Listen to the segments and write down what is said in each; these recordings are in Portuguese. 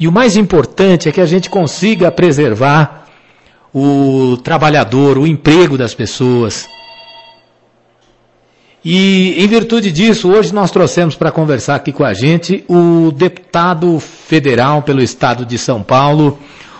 E o mais importante é que a gente consiga preservar o trabalhador, o emprego das pessoas. E, em virtude disso, hoje nós trouxemos para conversar aqui com a gente o deputado federal pelo estado de São Paulo,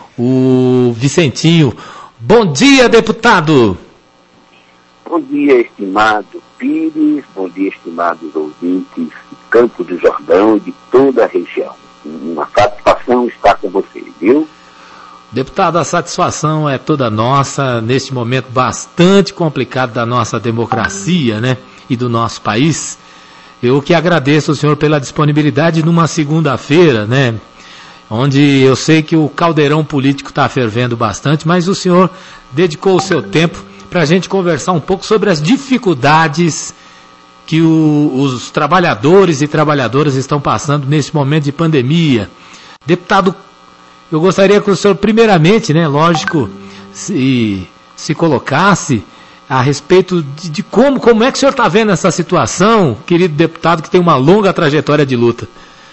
o Vicentinho. Bom dia, deputado! Bom dia, estimado Pires, bom dia, estimados ouvintes de Campo do Jordão e de toda a região. Uma satisfação estar com você, viu? Deputado, a satisfação é toda nossa, neste momento bastante complicado da nossa democracia, né? E do nosso país. Eu que agradeço ao senhor pela disponibilidade numa segunda-feira, né? Onde eu sei que o caldeirão político está fervendo bastante, mas o senhor dedicou o seu tempo para a gente conversar um pouco sobre as dificuldades que os trabalhadores e trabalhadoras estão passando nesse momento de pandemia. Deputado, eu gostaria que o senhor, primeiramente, né, lógico, se colocasse a respeito de como é que o senhor está vendo essa situação, querido deputado, que tem uma longa trajetória de luta.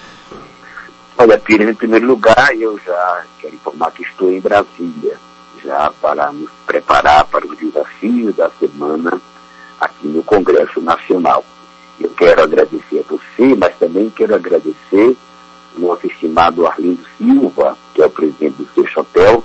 Olha, Pires, em primeiro lugar, eu já quero informar que estou em Brasília, já para nos preparar para o desafio da semana aqui no Congresso Nacional. Eu quero agradecer a você, mas também quero agradecer o nosso estimado Arlindo Silva, que é o presidente do Seixotel,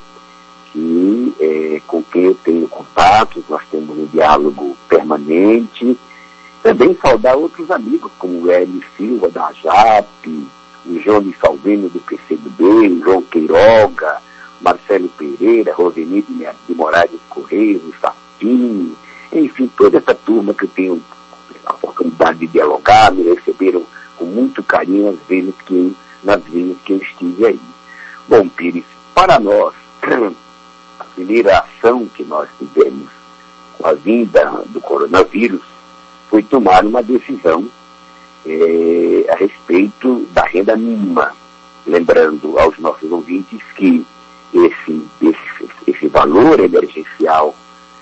com quem eu tenho contatos, nós temos um diálogo permanente. Também saudar outros amigos, como o Hélio Silva, da JAP, o João Salvino, do PCdoB, o João Queiroga, Marcelo Pereira, Rosenir de Moraes Correia, o Sapinho, enfim, toda essa turma que eu tenho a oportunidade de dialogar, me receberam com muito carinho nas vezes que eu estive aí. Bom, Pires, para nós, a primeira ação que nós tivemos com a vinda do coronavírus foi tomar uma decisão a respeito da renda mínima, lembrando aos nossos ouvintes que esse valor emergencial,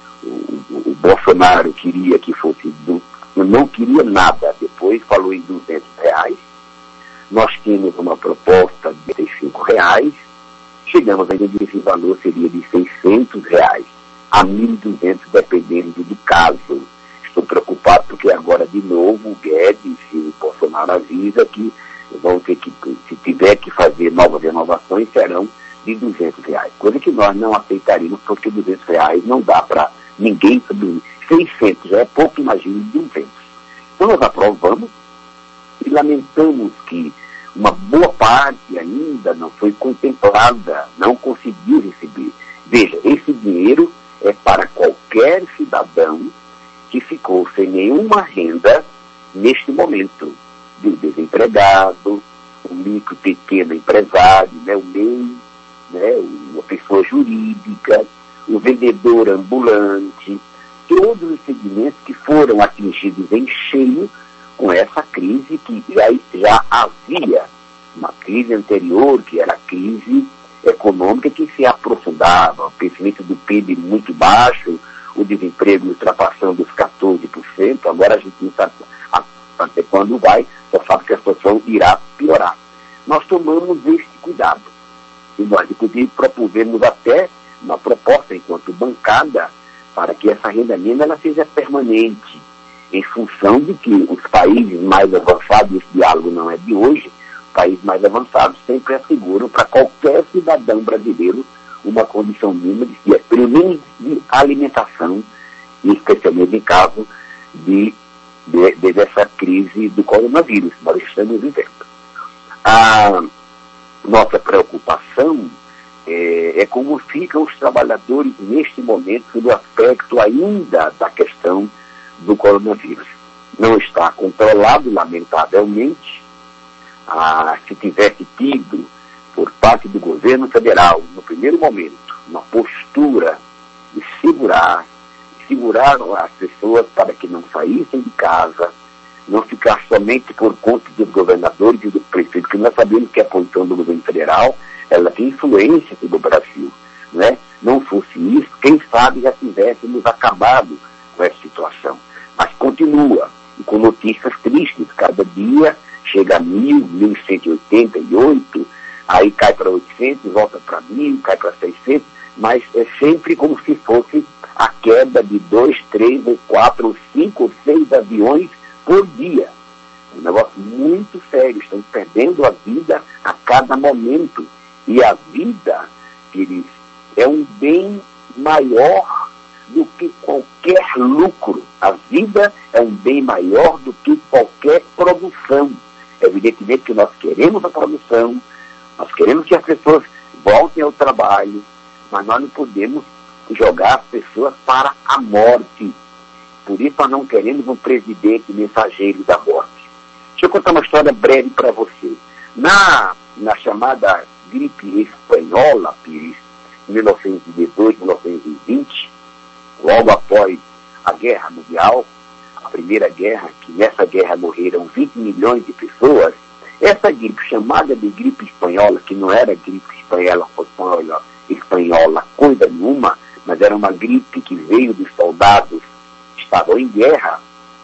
o Bolsonaro queria que fosse, não queria nada, depois falou em R$200, nós tínhamos uma proposta de R$35, chegamos a que esse valor seria de R$600 a R$1.200, dependendo do caso. Estou preocupado porque agora, de novo, o Guedes e o Bolsonaro avisa que vão ter que, se tiver que fazer novas renovações, serão de R$200, coisa que nós não aceitaríamos, porque R$200 não dá para ninguém sobreviver. 600 já é pouco, imagine 200. Então nós aprovamos e lamentamos que uma boa parte ainda não foi contemplada, não conseguiu receber. Veja, esse dinheiro é para qualquer cidadão que ficou sem nenhuma renda neste momento, do desempregado, o micro pequeno empresário, né, o MEI, né, uma pessoa jurídica, o vendedor ambulante, todos os segmentos que foram atingidos em cheio com essa crise, que já havia uma crise anterior, que era a crise econômica, que se aprofundava, o crescimento do PIB muito baixo, o desemprego ultrapassando os 14%, agora a gente não sabe até quando vai, só sabe que a situação irá piorar. Nós tomamos este cuidado. E nós, inclusive, propusemos até uma proposta, enquanto bancada, para que essa renda mínima ela seja permanente, em função de que os países mais avançados, esse diálogo não é de hoje, os países mais avançados sempre asseguram para qualquer cidadão brasileiro uma condição mínima pelo menos de alimentação, e especialmente em caso dessa crise do coronavírus que nós estamos vivendo. A nossa preocupação é como ficam os trabalhadores neste momento no aspecto ainda da questão do coronavírus. Não está controlado, lamentavelmente. Se tivesse tido, por parte do governo federal, no primeiro momento, uma postura de segurar as pessoas para que não saíssem de casa, não ficar somente por conta dos governadores e do prefeito, que nós sabemos que a posição do governo federal ela tem influência sobre o Brasil, né? Não fosse isso, quem sabe já tivéssemos acabado com essa situação. Mas continua, e com notícias tristes, cada dia chega a 1.188 a aí cai para 800, volta para 1.000, cai para 600, mas é sempre como se fosse a queda de 2, 3, ou 4, ou 5, ou 6 aviões por dia. É um negócio muito sério, estamos perdendo a vida a cada momento. E a vida, queridos, é um bem maior do que qualquer lucro. A vida é um bem maior do que qualquer produção. Evidentemente que nós queremos a produção, nós queremos que as pessoas voltem ao trabalho, mas nós não podemos jogar as pessoas para a morte. Por isso nós não queremos um presidente mensageiro da morte. Deixa eu contar uma história breve para você. Na chamada gripe espanhola, Pires, em 1918, 1920, logo após a Guerra Mundial, a Primeira Guerra, que nessa guerra morreram 20 milhões de pessoas, essa gripe chamada de gripe espanhola, que não era gripe espanhola coisa nenhuma, mas era uma gripe que veio dos soldados que estavam em guerra.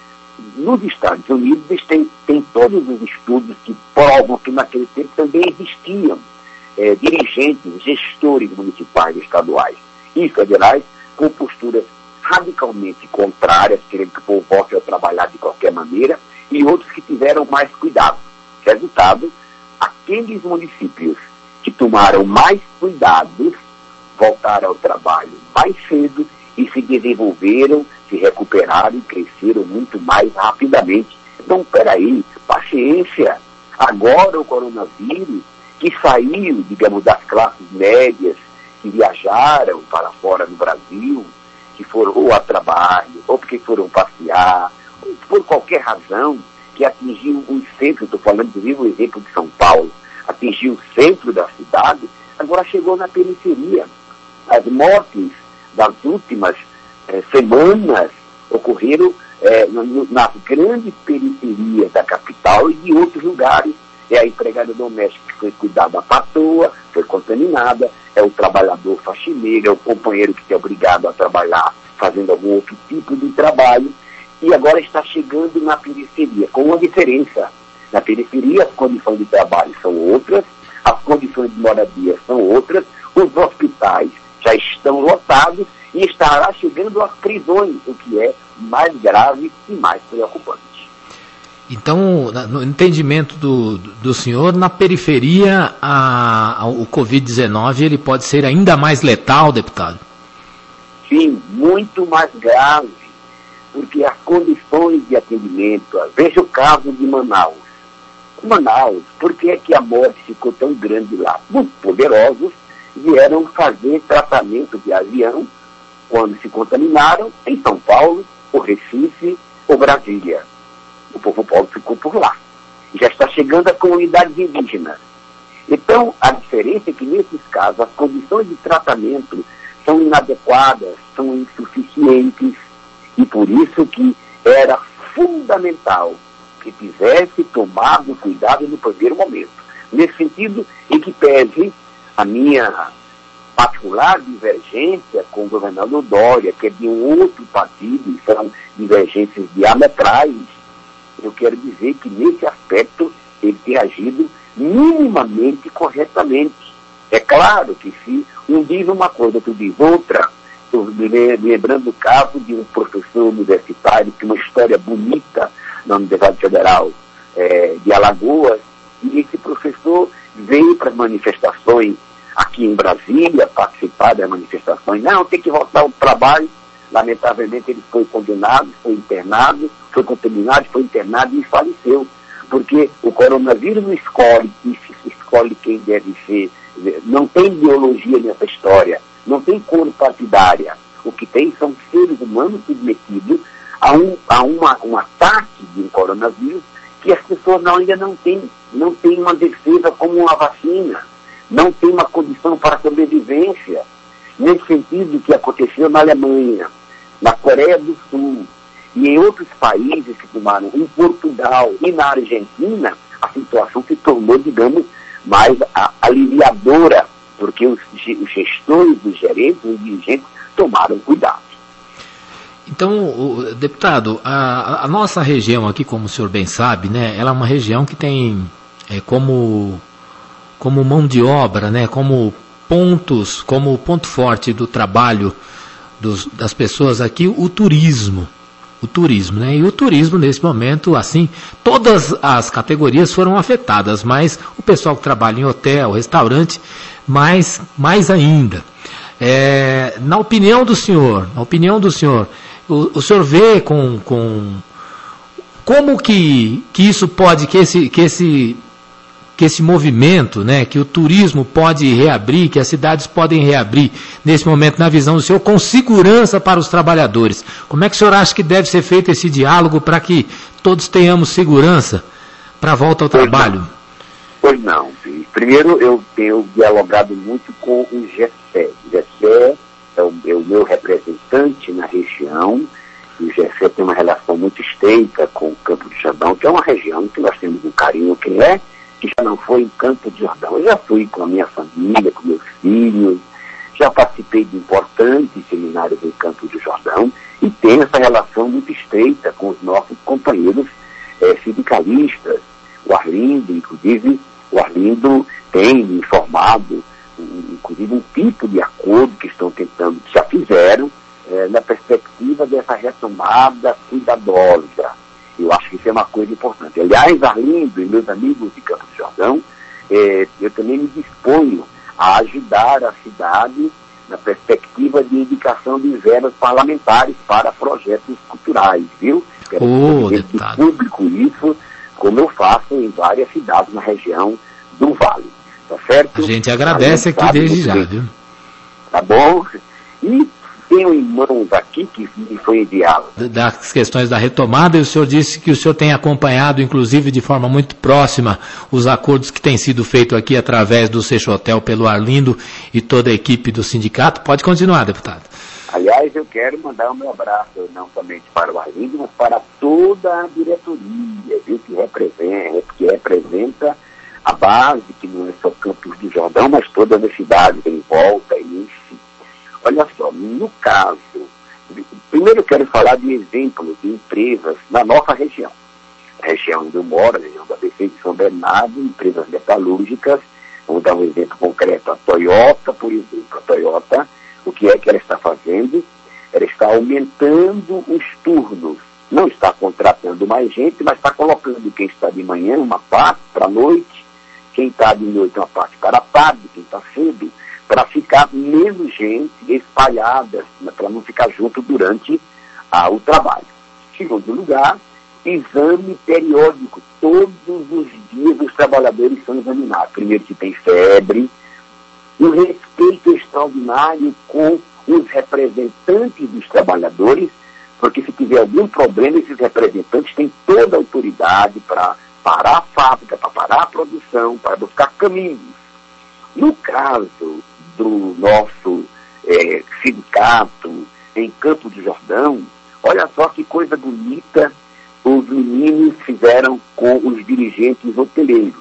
Nos Estados Unidos tem todos os estudos que provam que naquele tempo também existiam dirigentes, gestores municipais e estaduais e federais com posturas radicalmente contrárias, querendo que o povo volte a trabalhar de qualquer maneira, e outros que tiveram mais cuidado. Resultado, aqueles municípios que tomaram mais cuidados voltaram ao trabalho mais cedo e se desenvolveram, se recuperaram e cresceram muito mais rapidamente. Então, peraí, paciência. Agora o coronavírus, que saiu, digamos, das classes médias, que viajaram para fora do Brasil, que foram ou a trabalho, ou porque foram passear, ou por qualquer razão, que atingiu o centro, estou falando do vivo exemplo de São Paulo, atingiu o centro da cidade, agora chegou na periferia. As mortes das últimas semanas ocorreram nas grandes periferias da capital e de outros lugares. É a empregada doméstica que foi cuidar da patroa, foi contaminada, é o trabalhador faxineiro, é o companheiro que é obrigado a trabalhar fazendo algum outro tipo de trabalho, e agora está chegando na periferia, com uma diferença. Na periferia as condições de trabalho são outras, as condições de moradia são outras, os hospitais já estão lotados e estará chegando às prisões, o que é mais grave e mais preocupante. Então, no entendimento do senhor, na periferia o Covid-19 ele pode ser ainda mais letal, deputado? Sim, muito mais grave, porque as condições de atendimento, veja o caso de Manaus. Manaus, por que é que a morte ficou tão grande lá? Os poderosos vieram fazer tratamento de avião quando se contaminaram em São Paulo, ou Recife, ou Brasília. O povo pobre ficou por lá. Já está chegando a comunidades indígenas. Então, a diferença é que, nesses casos, as condições de tratamento são inadequadas, são insuficientes, e por isso que era fundamental que tivesse tomado cuidado no primeiro momento. Nesse sentido, em que pese a minha particular divergência com o governador Dória, que é de um outro partido, e são divergências diametrais, eu quero dizer que, nesse aspecto, ele tem agido minimamente corretamente. É claro que se um diz uma coisa, outro diz outra, estou lembrando o caso de um professor universitário, que uma história bonita na Universidade Federal de Alagoas, e esse professor veio para as manifestações aqui em Brasília, participar das manifestações, não, tem que voltar ao trabalho. Lamentavelmente ele foi condenado, foi internado, foi contaminado, foi internado e faleceu. Porque o coronavírus não escolhe quem deve ser. Não tem ideologia nessa história, não tem cor partidária. O que tem são seres humanos submetidos a um ataque de um coronavírus que as pessoas ainda não têm uma defesa como uma vacina, não tem uma condição para sobrevivência. Nesse sentido que aconteceu na Alemanha, na Coreia do Sul e em outros países que tomaram, em Portugal e na Argentina, a situação se tornou, digamos, mais aliviadora, porque os gestores, os gerentes, os dirigentes tomaram cuidado. Então, deputado, a nossa região aqui, como o senhor bem sabe, né, ela é uma região que tem como mão de obra, né, como ponto forte do trabalho das pessoas aqui, o turismo, né? E o turismo nesse momento, assim, todas as categorias foram afetadas, mas o pessoal que trabalha em hotel, restaurante, mais ainda. Na opinião do senhor, o senhor vê como que isso pode, que esse movimento, né, que o turismo pode reabrir, que as cidades podem reabrir, nesse momento, na visão do senhor, com segurança para os trabalhadores? Como é que o senhor acha que deve ser feito esse diálogo para que todos tenhamos segurança para a volta ao trabalho? Pois não. Primeiro, eu tenho dialogado muito com o GECE. O GECE é o meu representante na região, e o GECE tem uma relação muito estreita com o Campo do Jordão, que é uma região que nós temos um carinho, que já não foi em Campo de Jordão. Eu já fui com a minha família, com meus filhos, já participei de importantes seminários em Campo de Jordão e tenho essa relação muito estreita com os nossos companheiros sindicalistas. O Arlindo, inclusive, tem me informado, inclusive, um tipo de acordo que estão tentando, que já fizeram, na perspectiva dessa retomada cuidadosa. Eu acho que isso é uma coisa importante. Aliás, Arlindo e meus amigos de Campo de Jordão, eu também me disponho a ajudar a cidade na perspectiva de indicação de verbas parlamentares para projetos culturais, viu? Quero público isso, como eu faço em várias cidades na região do Vale. Tá certo? A gente agradece aqui desde já, viu? Tá bom? E tenho em mãos aqui, que me foi enviado. Das questões da retomada, e o senhor disse que o senhor tem acompanhado, inclusive de forma muito próxima, os acordos que têm sido feitos aqui através do Seixotel pelo Arlindo e toda a equipe do sindicato. Pode continuar, deputado. Aliás, eu quero mandar o meu abraço, não somente para o Arlindo, mas para toda a diretoria, viu, que representa a base, que não é só Campos do Jordão, mas todas as cidades em volta, e enfim. Olha só, no caso, primeiro eu quero falar de exemplos de empresas na nossa região. A região onde eu moro, a região da ABC de São Bernardo, empresas metalúrgicas. Vamos dar um exemplo concreto, a Toyota, por exemplo. A Toyota, o que é que ela está fazendo? Ela está aumentando os turnos. Não está contratando mais gente, mas está colocando quem está de manhã uma parte para a noite, quem está de noite uma parte para a tarde, quem está cedo, para ficar menos gente espalhada, para não ficar junto durante o trabalho. Segundo lugar, exame periódico. Todos os dias os trabalhadores são examinados. Primeiro, se tem febre, um respeito extraordinário com os representantes dos trabalhadores, porque se tiver algum problema, esses representantes têm toda a autoridade para parar a fábrica, para parar a produção, para buscar caminhos. No caso do nosso sindicato em Campo de Jordão, olha só que coisa bonita os meninos fizeram com os dirigentes hoteleiros.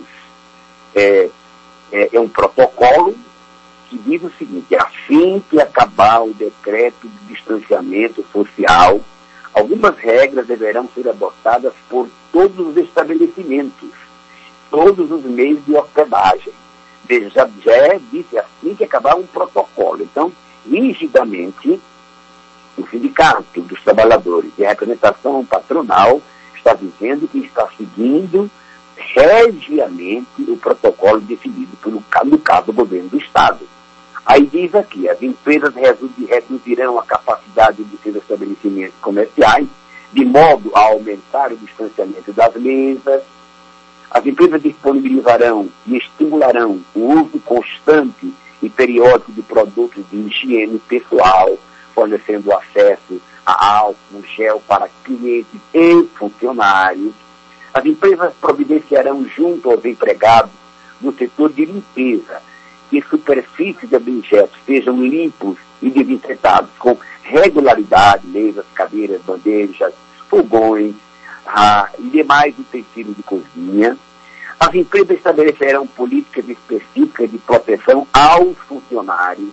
É um protocolo que diz o seguinte: assim que acabar o decreto de distanciamento social, algumas regras deverão ser adotadas por todos os estabelecimentos, todos os meios de hospedagem. Já disse assim que acabar um protocolo. Então, rigidamente, o sindicato dos trabalhadores e a representação patronal está dizendo que está seguindo regiamente o protocolo definido no caso do governo do Estado. Aí diz aqui, as empresas reduzirão a capacidade de seus estabelecimentos comerciais, de modo a aumentar o distanciamento das mesas. As empresas disponibilizarão e estimularão o uso constante e periódico de produtos de higiene pessoal, fornecendo acesso a álcool gel para clientes e funcionários. As empresas providenciarão junto aos empregados no setor de limpeza que superfícies de objetos sejam limpos e desinfetados com regularidade, mesas, cadeiras, bandejas, fogões e demais utensílios de cozinha. As empresas estabelecerão políticas específicas de proteção aos funcionários,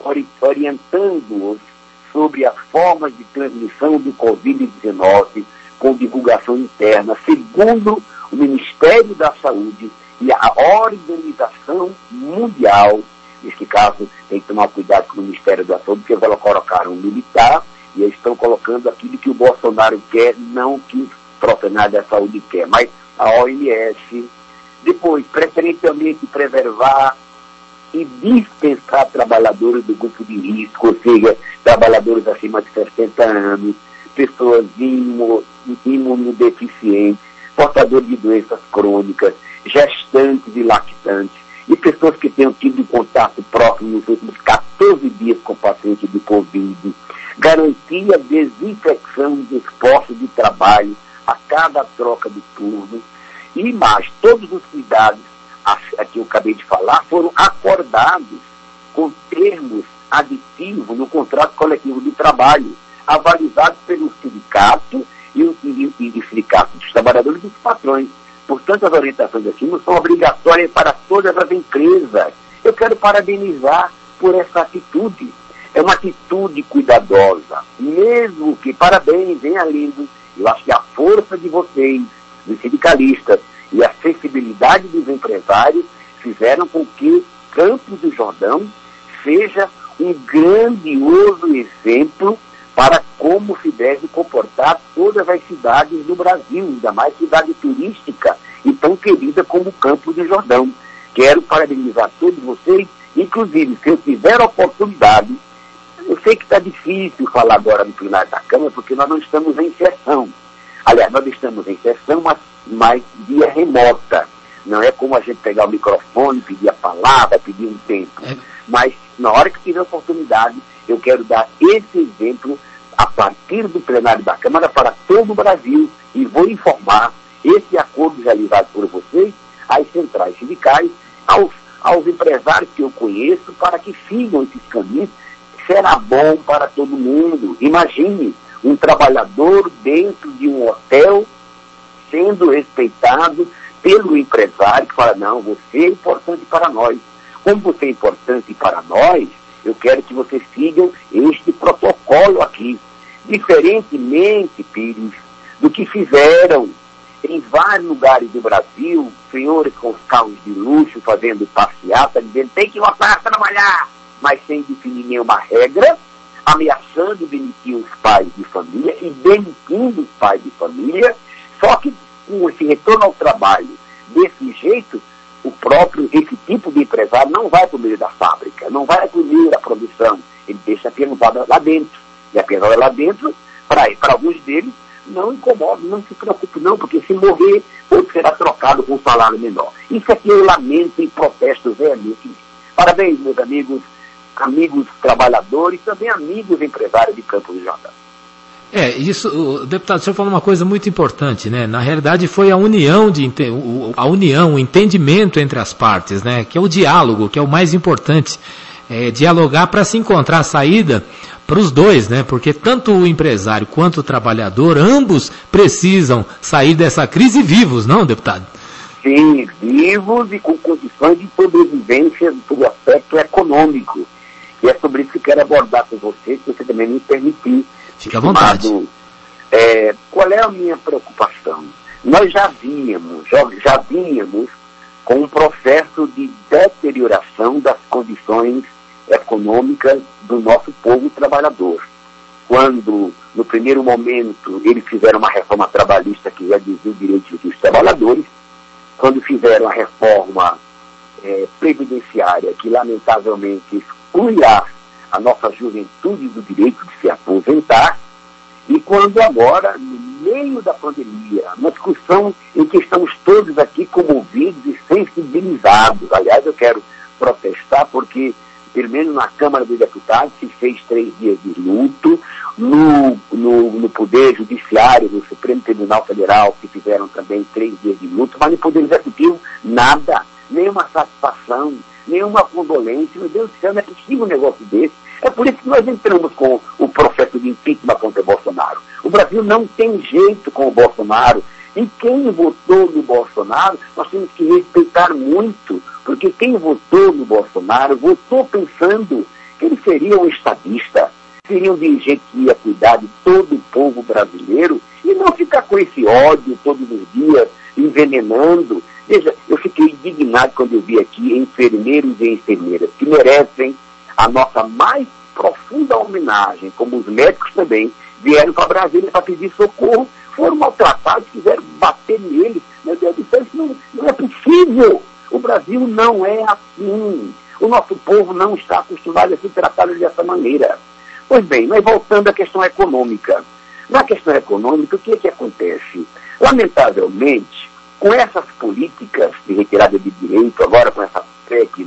orientando-os sobre as formas de transmissão do Covid-19 com divulgação interna, segundo o Ministério da Saúde e a Organização Mundial, neste caso tem que tomar cuidado com o Ministério da Saúde, porque eles colocaram um militar e eles estão colocando aquilo que o Bolsonaro quer, não o que os profissionais da saúde quer, mas a OMS. Depois, preferencialmente preservar e dispensar trabalhadores do grupo de risco, ou seja, trabalhadores acima de 60 anos, pessoas imunodeficientes, portadores de doenças crônicas, gestantes e lactantes, e pessoas que tenham tido contato próximo nos últimos 14 dias com pacientes de Covid, garantir a desinfecção dos postos de trabalho a cada troca de turno, e mais, todos os cuidados que eu acabei de falar foram acordados com termos aditivos no contrato coletivo de trabalho, avalizados pelo sindicato e o sindicato dos trabalhadores e dos patrões. Portanto, as orientações aqui não são obrigatórias para todas as empresas. Eu quero parabenizar por essa atitude. É uma atitude cuidadosa. Mesmo que, parabéns, hein, Arlindo? Eu acho que a força de vocês, dos sindicalistas, e a sensibilidade dos empresários fizeram com que Campos do Jordão seja um grandioso exemplo para como se deve comportar todas as cidades do Brasil, ainda mais cidade turística e tão querida como Campos do Jordão. Quero parabenizar todos vocês, inclusive, se eu tiver a oportunidade, eu sei que está difícil falar agora no plenário da Câmara, porque nós não estamos em sessão. Aliás, nós estamos em sessão, mas via remota. Não é como a gente pegar o microfone, pedir a palavra, pedir um tempo. Mas, na hora que tiver oportunidade, eu quero dar esse exemplo a partir do plenário da Câmara para todo o Brasil e vou informar esse acordo realizado por vocês, às centrais sindicais, aos empresários que eu conheço, para que sigam esses caminhos. Será bom para todo mundo. Imagine um trabalhador dentro de um hotel sendo respeitado pelo empresário que fala, não, você é importante para nós. Como você é importante para nós, eu quero que vocês sigam este protocolo aqui. Diferentemente, Pires, do que fizeram em vários lugares do Brasil, senhores com os carros de luxo fazendo passeata, dizendo tem que voltar a trabalhar, mas sem definir nenhuma regra, ameaçando demitir os pais de família e demitindo os pais de família. Só que com esse retorno ao trabalho desse jeito, esse tipo de empresário não vai para o meio da fábrica, não vai para o meio da produção, ele deixa a pesada lá dentro. E a pesada lá dentro, para alguns deles, não incomoda, não se preocupe não, porque se morrer, outro será trocado com um salário menor. Isso aqui eu lamento e protesto veemente. Parabéns, meus amigos trabalhadores, também amigos empresários de Campos do Jordão. Isso, deputado, o senhor falou uma coisa muito importante, né? Na realidade foi a união, o entendimento entre as partes, né? Que é o diálogo, que é o mais importante. Dialogar para se encontrar a saída para os dois, né? Porque tanto o empresário quanto o trabalhador, ambos precisam sair dessa crise vivos, não, deputado? Sim, vivos e com condições de sobrevivência do aspecto econômico. E é sobre isso que quero abordar com você, se você também me permitir. Fique à vontade. Qual é a minha preocupação? Nós já vínhamos com um processo de deterioração das condições econômicas do nosso povo trabalhador. Quando, no primeiro momento, eles fizeram uma reforma trabalhista que reduziu os direitos dos trabalhadores, quando fizeram a reforma previdenciária, que lamentavelmente excluirá a nossa juventude do direito de se aposentar, e quando agora, no meio da pandemia, uma discussão em que estamos todos aqui comovidos e sensibilizados. Aliás, eu quero protestar porque, pelo menos na Câmara dos Deputados, se fez 3 dias de luto, no Poder Judiciário, no Supremo Tribunal Federal, se fizeram também 3 dias de luto, mas no Poder Executivo, nada, nenhuma satisfação, nenhuma condolência. Meu Deus do céu, não é possível um negócio desse. É por isso que nós entramos com o processo de impeachment contra o Bolsonaro. O Brasil não tem jeito com o Bolsonaro. E quem votou no Bolsonaro, nós temos que respeitar muito, porque quem votou no Bolsonaro votou pensando que ele seria um estadista, seria um dirigente que ia cuidar de todo o povo brasileiro e não ficar com esse ódio todos os dias, envenenando, Veja, eu fiquei indignado quando eu vi aqui enfermeiros e enfermeiras que merecem a nossa mais profunda homenagem, como os médicos também, vieram para Brasília para pedir socorro, foram maltratados, quiseram bater neles. Meu Deus do céu, isso não é possível. O Brasil não é assim. O nosso povo não está acostumado a ser tratado dessa maneira. Pois bem, mas voltando à questão econômica. Na questão econômica, o que é que acontece? Lamentavelmente, com essas políticas de retirada de direito, agora com essa PEC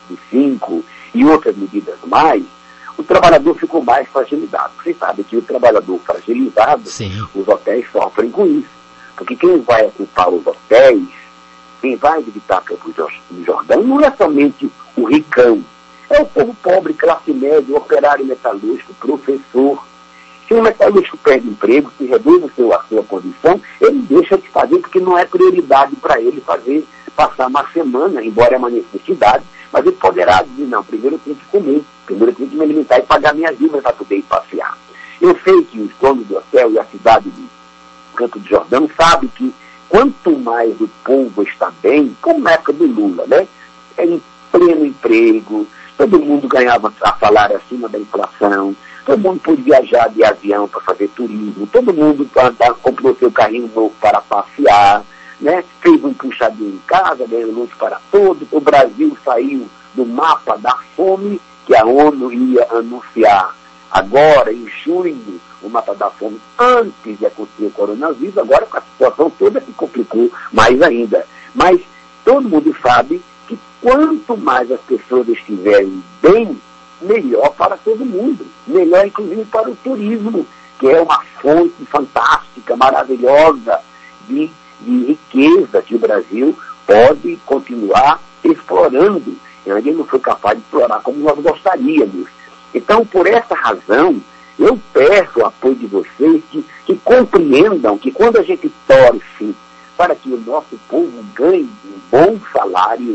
905 e outras medidas mais, o trabalhador ficou mais fragilizado. Vocês sabem que o trabalhador fragilizado, Sim. Os hotéis sofrem com isso. Porque quem vai ocupar os hotéis, quem vai visitar Campos do Jordão, não é somente o ricão, é o povo pobre, classe média, operário metalúrgico, professor. Se um metalúrgico perde emprego, se reduz a sua condição, ele deixa de fazer, porque não é prioridade para ele passar uma semana, embora é uma necessidade, mas ele poderá dizer, não, primeiro eu tenho que comer, primeiro eu tenho que me alimentar e pagar minhas dívidas para poder ir passear. Eu sei que os donos do hotel e a cidade de Campos do Jordão sabem que quanto mais o povo está bem, como na época do Lula, né? É em pleno emprego, todo mundo ganhava salário acima da inflação, todo mundo pôde viajar de avião para fazer turismo, todo mundo comprou seu carrinho novo para passear, né? Fez um puxadinho em casa, ganhou luz para todos. O Brasil saiu do mapa da fome que a ONU ia anunciar agora, em junho, o mapa da fome, antes de acontecer o coronavírus. Agora, com a situação toda, se complicou mais ainda. Mas todo mundo sabe que quanto mais as pessoas estiverem bem, melhor para todo mundo. Melhor, inclusive, para o turismo, que é uma fonte fantástica, maravilhosa de riqueza que o Brasil pode continuar explorando. E ainda não foi capaz de explorar como nós gostaríamos. Então, por essa razão, eu peço o apoio de vocês que compreendam que quando a gente torce para que o nosso povo ganhe um bom salário,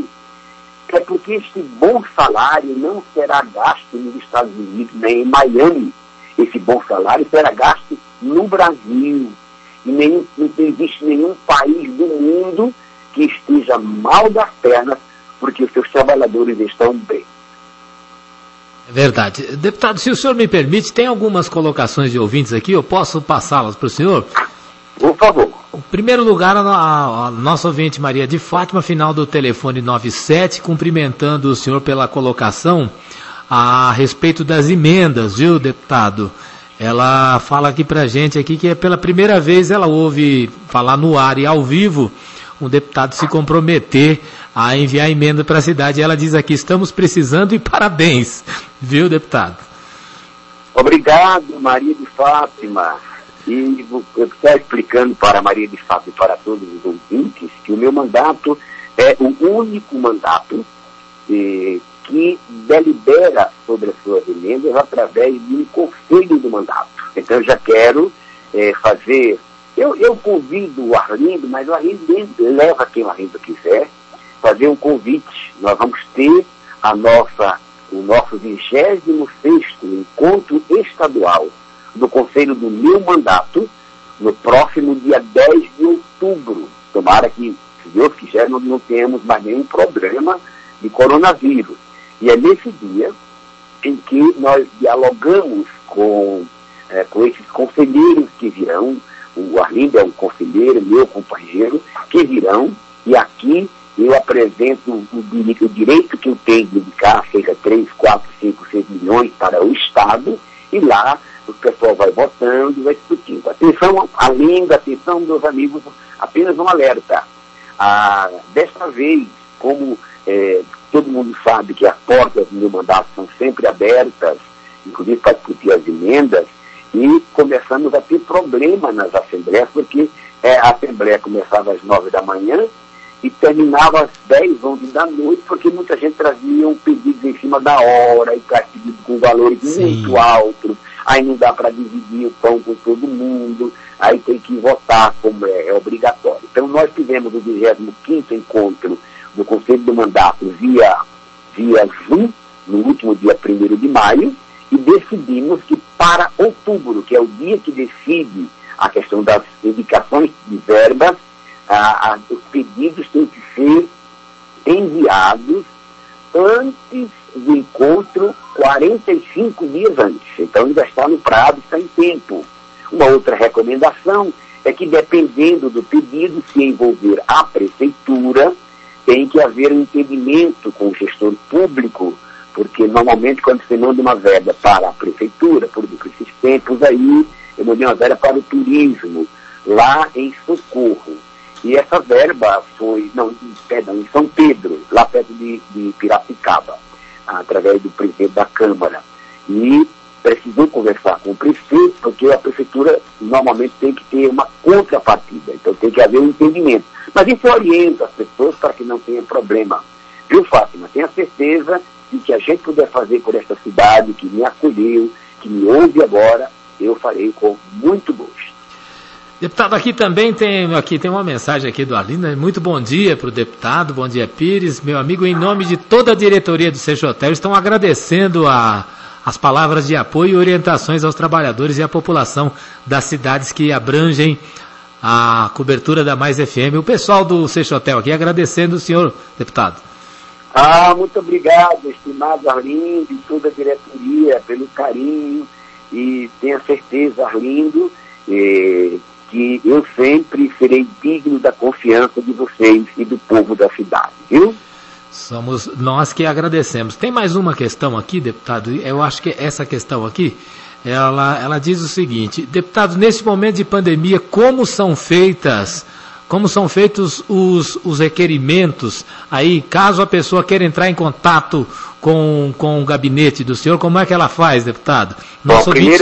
é porque este bom salário não será gasto nos Estados Unidos nem em Miami. Esse bom salário será gasto no Brasil. E não existe nenhum país do mundo que esteja mal das pernas porque os seus trabalhadores estão bem. É verdade. Deputado, se o senhor me permite, tem algumas colocações de ouvintes aqui, eu posso passá-las para o senhor? Por favor. Em primeiro lugar, a nossa ouvinte Maria de Fátima, final do telefone 97, cumprimentando o senhor pela colocação a respeito das emendas, viu, deputado? Ela fala aqui pra gente aqui que é pela primeira vez ela ouve falar no ar e ao vivo um deputado se comprometer a enviar emenda para a cidade. Ela diz aqui, estamos precisando e parabéns, viu, deputado? Obrigado, Maria de Fátima. E eu estou explicando para a Maria de Fátima e para todos os ouvintes que o meu mandato é o único mandato que delibera sobre as suas emendas através de um conselho do mandato. Então eu já quero fazer... Eu convido o Arlindo, mas o Arlindo leva quem o Arlindo quiser, fazer um convite. Nós vamos ter o nosso 26º encontro estadual do Conselho do meu mandato no próximo dia 10 de outubro. Tomara que, se Deus quiser, não tenhamos mais nenhum problema de coronavírus. E é nesse dia em que nós dialogamos com esses conselheiros que virão. O Arlindo é um conselheiro, meu companheiro, que virão, e aqui eu apresento o direito que eu tenho de dedicar cerca de 3, 4, 5, 6 milhões para o Estado, e lá o pessoal vai votando e vai discutindo. Atenção à língua, atenção, meus amigos, apenas um alerta. Desta vez, como todo mundo sabe que as portas do meu mandato são sempre abertas, inclusive para discutir as emendas, e começamos a ter problema nas assembleias, porque a assembleia começava às 9 da manhã e terminava às 10, 11 da noite, porque muita gente trazia pedidos em cima da hora, e pedidos com valores muito altos, aí não dá para dividir o pão com todo mundo, aí tem que votar como é obrigatório. Então nós tivemos o 25º encontro do Conselho do Mandato via Zoom, no último dia 1º de maio, e decidimos que para outubro, que é o dia que decide a questão das indicações de verbas, os pedidos têm que ser enviados antes do encontro, 45 dias antes. Então ainda está no prazo, está em tempo. Uma outra recomendação é que, dependendo do pedido, se envolver a prefeitura, tem que haver um entendimento com o gestor público, porque normalmente quando você manda uma verba para a prefeitura, por exemplo, esses tempos aí, eu mandei uma verba para o turismo, lá em Socorro. E essa verba foi, em São Pedro, lá perto de Piracicaba, através do presidente da Câmara. E precisou conversar com o prefeito, porque a prefeitura normalmente tem que ter uma contrapartida, então tem que haver um entendimento. Mas isso orienta as pessoas para que não tenha problema. Viu, Fátima? Tenha certeza de que a gente puder fazer por esta cidade, que me acolheu, que me ouve agora, eu farei com muito gosto. Deputado, aqui também tem uma mensagem aqui do Arlindo. Muito bom dia para o deputado, bom dia, Pires. Meu amigo, em nome de toda a diretoria do Seixotel, estão agradecendo as palavras de apoio e orientações aos trabalhadores e à população das cidades que abrangem a cobertura da Mais FM. O pessoal do Seixotel aqui agradecendo o senhor, deputado. Muito obrigado, estimado Arlindo e toda a diretoria, pelo carinho, e tenha certeza, Arlindo, que eu sempre serei digno da confiança de vocês e do povo da cidade, viu? Somos nós que agradecemos. Tem mais uma questão aqui, deputado. Eu acho que essa questão aqui, ela diz o seguinte: deputado, nesse momento de pandemia, como são feitos os requerimentos aí, caso a pessoa queira entrar em contato com o gabinete do senhor, como é que ela faz, deputado? Bom, primeiro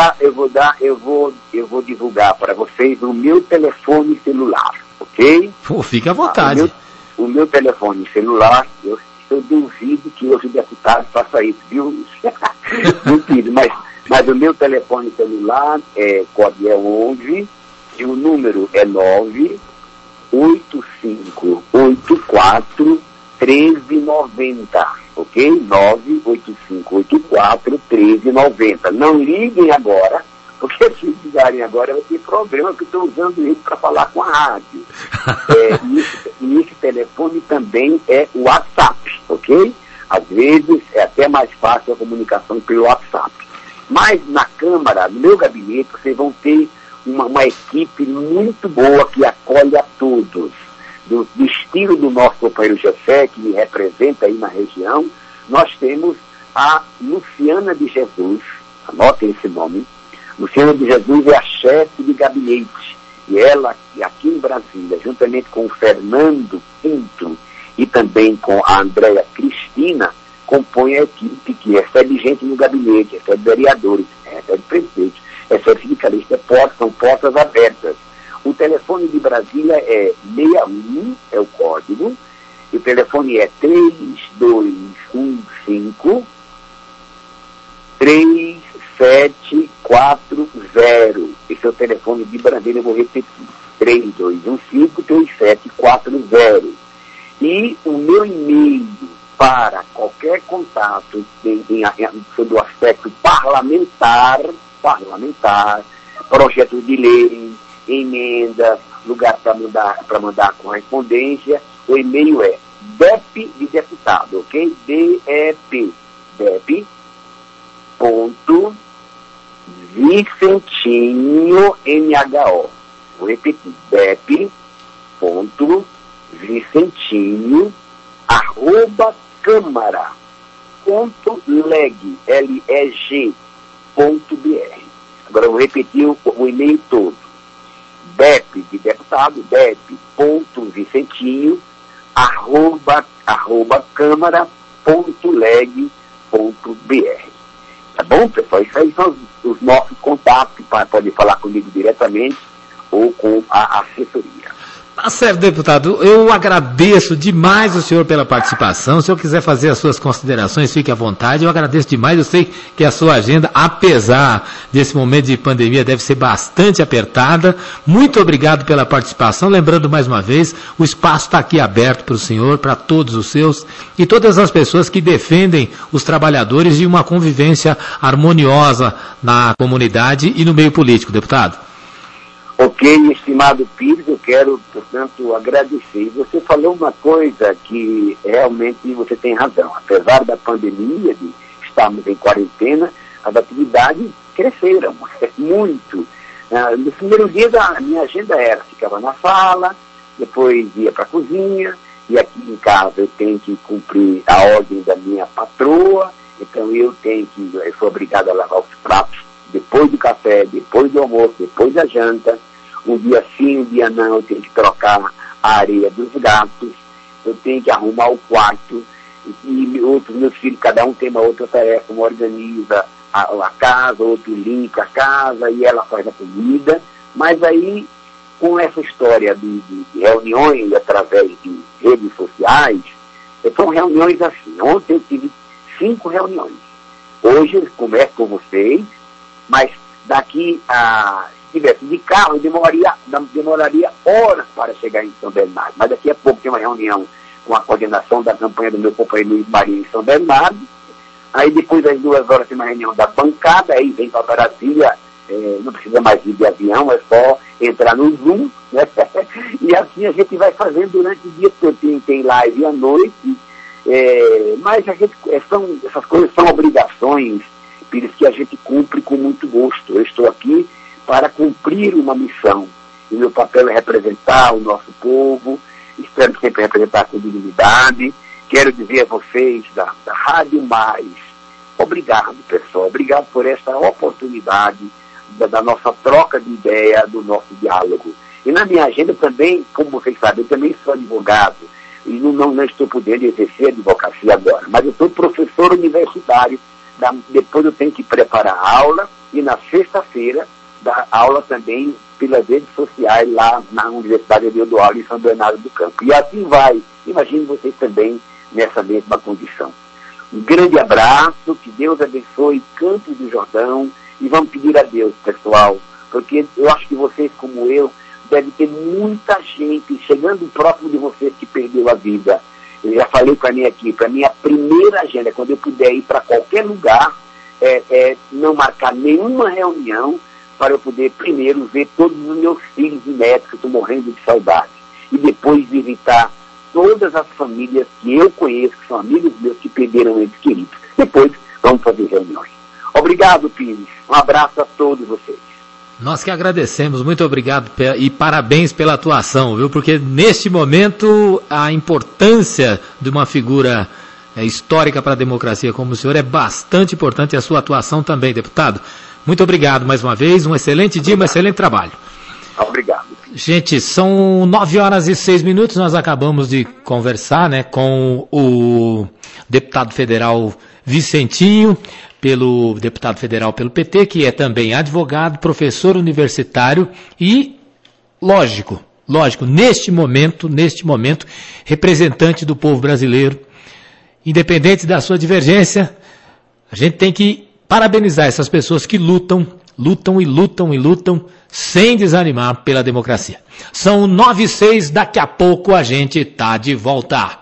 eu vou divulgar para vocês o meu telefone celular, ok? Fique à vontade. O meu telefone celular, eu duvido que hoje o deputado faça isso, viu? Mentira, mas o meu telefone celular código é 11 e o número é 985841390, ok? 985841390. Não liguem agora, porque se ligarem agora vai ter problema, porque estou usando ele para falar com a rádio. E esse telefone também é o WhatsApp, ok? Às vezes é até mais fácil a comunicação pelo WhatsApp. Mas na Câmara, no meu gabinete, vocês vão ter uma equipe muito boa que acolhe a todos. Do estilo do nosso companheiro José, que me representa aí na região, nós temos a Luciana de Jesus, anotem esse nome. Luciana de Jesus é a chefe de gabinete, e ela, aqui em Brasília, juntamente com o Fernando Pinto e também com a Andréia Cristina, compõe a equipe que recebe gente no gabinete, recebe vereadores, recebe prefeitos, recebe sindicalistas, são portas abertas. O telefone de Brasília é 61, é o código, e o telefone é 3215-3740. Esse é o telefone de Brasília, eu vou repetir, 3215-3740. E o meu e-mail para qualquer contato sobre o aspecto parlamentar, projetos de lei, emenda, lugar para mandar correspondência, o e-mail é DEP de deputado, ok? DEP, Vicentinho, MHO. Vou repetir, Vicentinho, @câmara.leg, leg.br. Agora eu vou repetir o e-mail todo. DEP de deputado, dep.vicentinho, @câmara.leg.br. Tá bom, pessoal? Isso aí são os nossos contatos, pode falar comigo diretamente ou com a assessoria. Tá certo, deputado. Eu agradeço demais o senhor pela participação. Se o senhor quiser fazer as suas considerações, fique à vontade. Eu agradeço demais. Eu sei que a sua agenda, apesar desse momento de pandemia, deve ser bastante apertada. Muito obrigado pela participação. Lembrando mais uma vez, o espaço está aqui aberto para o senhor, para todos os seus e todas as pessoas que defendem os trabalhadores e uma convivência harmoniosa na comunidade e no meio político, deputado. Ok, estimado Pires, eu quero, portanto, agradecer. Você falou uma coisa que realmente você tem razão. Apesar da pandemia, de estarmos em quarentena, as atividades cresceram muito. Nos primeiros dias a minha agenda ficava na sala, depois ia para a cozinha, e aqui em casa eu tenho que cumprir a ordem da minha patroa, então eu sou obrigado a lavar os pratos depois do café, depois do almoço, depois da janta. Um dia sim, um dia não, eu tenho que trocar a areia dos gatos, eu tenho que arrumar o quarto, e outros meus filhos, cada um tem uma outra tarefa, um organiza a casa, outro limpa a casa, e ela faz a comida. Mas aí, com essa história de reuniões através de redes sociais, são reuniões assim. Ontem eu tive 5 reuniões. Hoje eu começo com vocês, mas daqui se tivesse de carro, demoraria horas para chegar em São Bernardo. Mas daqui a pouco tem uma reunião com a coordenação da campanha do meu companheiro Luiz Marinho em São Bernardo. Aí depois das 2 horas tem uma reunião da bancada, aí vem para Brasília, não precisa mais ir de avião, é só entrar no Zoom, né? E assim a gente vai fazendo durante o dia, porque tem live à noite, mas essas coisas são obrigações, Pires, que a gente cumpre com muito gosto. Eu estou aqui para cumprir uma missão, e meu papel é representar o nosso povo, espero sempre representar com dignidade. Quero dizer a vocês da Rádio Mais, obrigado, pessoal, obrigado por esta oportunidade da nossa troca de ideia, do nosso diálogo. E na minha agenda também, como vocês sabem, eu também sou advogado, e não estou podendo exercer advocacia agora, mas eu sou professor universitário. Depois eu tenho que preparar a aula, e na sexta-feira dar aula também pelas redes sociais lá na Universidade Estadual em São Bernardo do Campo. E assim vai. Imagino vocês também nessa mesma condição. Um grande abraço, que Deus abençoe Campos do Jordão, e vamos pedir a Deus, pessoal, porque eu acho que vocês, como eu, deve ter muita gente chegando próximo de vocês que perdeu a vida. Eu já falei para a minha equipe, a minha primeira agenda, quando eu puder ir para qualquer lugar, não marcar nenhuma reunião, para eu poder primeiro ver todos os meus filhos e netos, que eu estou morrendo de saudade, e depois visitar todas as famílias que eu conheço, que são amigos meus que perderam entes queridos. Depois vamos fazer reuniões. Obrigado, Pires. Um abraço a todos vocês. Nós que agradecemos, muito obrigado e parabéns pela atuação, viu? Porque neste momento a importância de uma figura histórica para a democracia como o senhor é bastante importante, e a sua atuação também, deputado. Muito obrigado mais uma vez, um excelente dia, um excelente trabalho. Obrigado. Gente, são 9h06, nós acabamos de conversar, né, com o deputado federal Vicentinho, deputado federal pelo PT, que é também advogado, professor universitário e, lógico, neste momento, representante do povo brasileiro. Independente da sua divergência, a gente tem que parabenizar essas pessoas que lutam sem desanimar pela democracia. São 9h06, daqui a pouco a gente está de volta.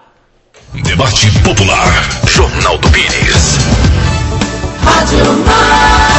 Debate Popular, Jornal do Pires. Rádio Mais.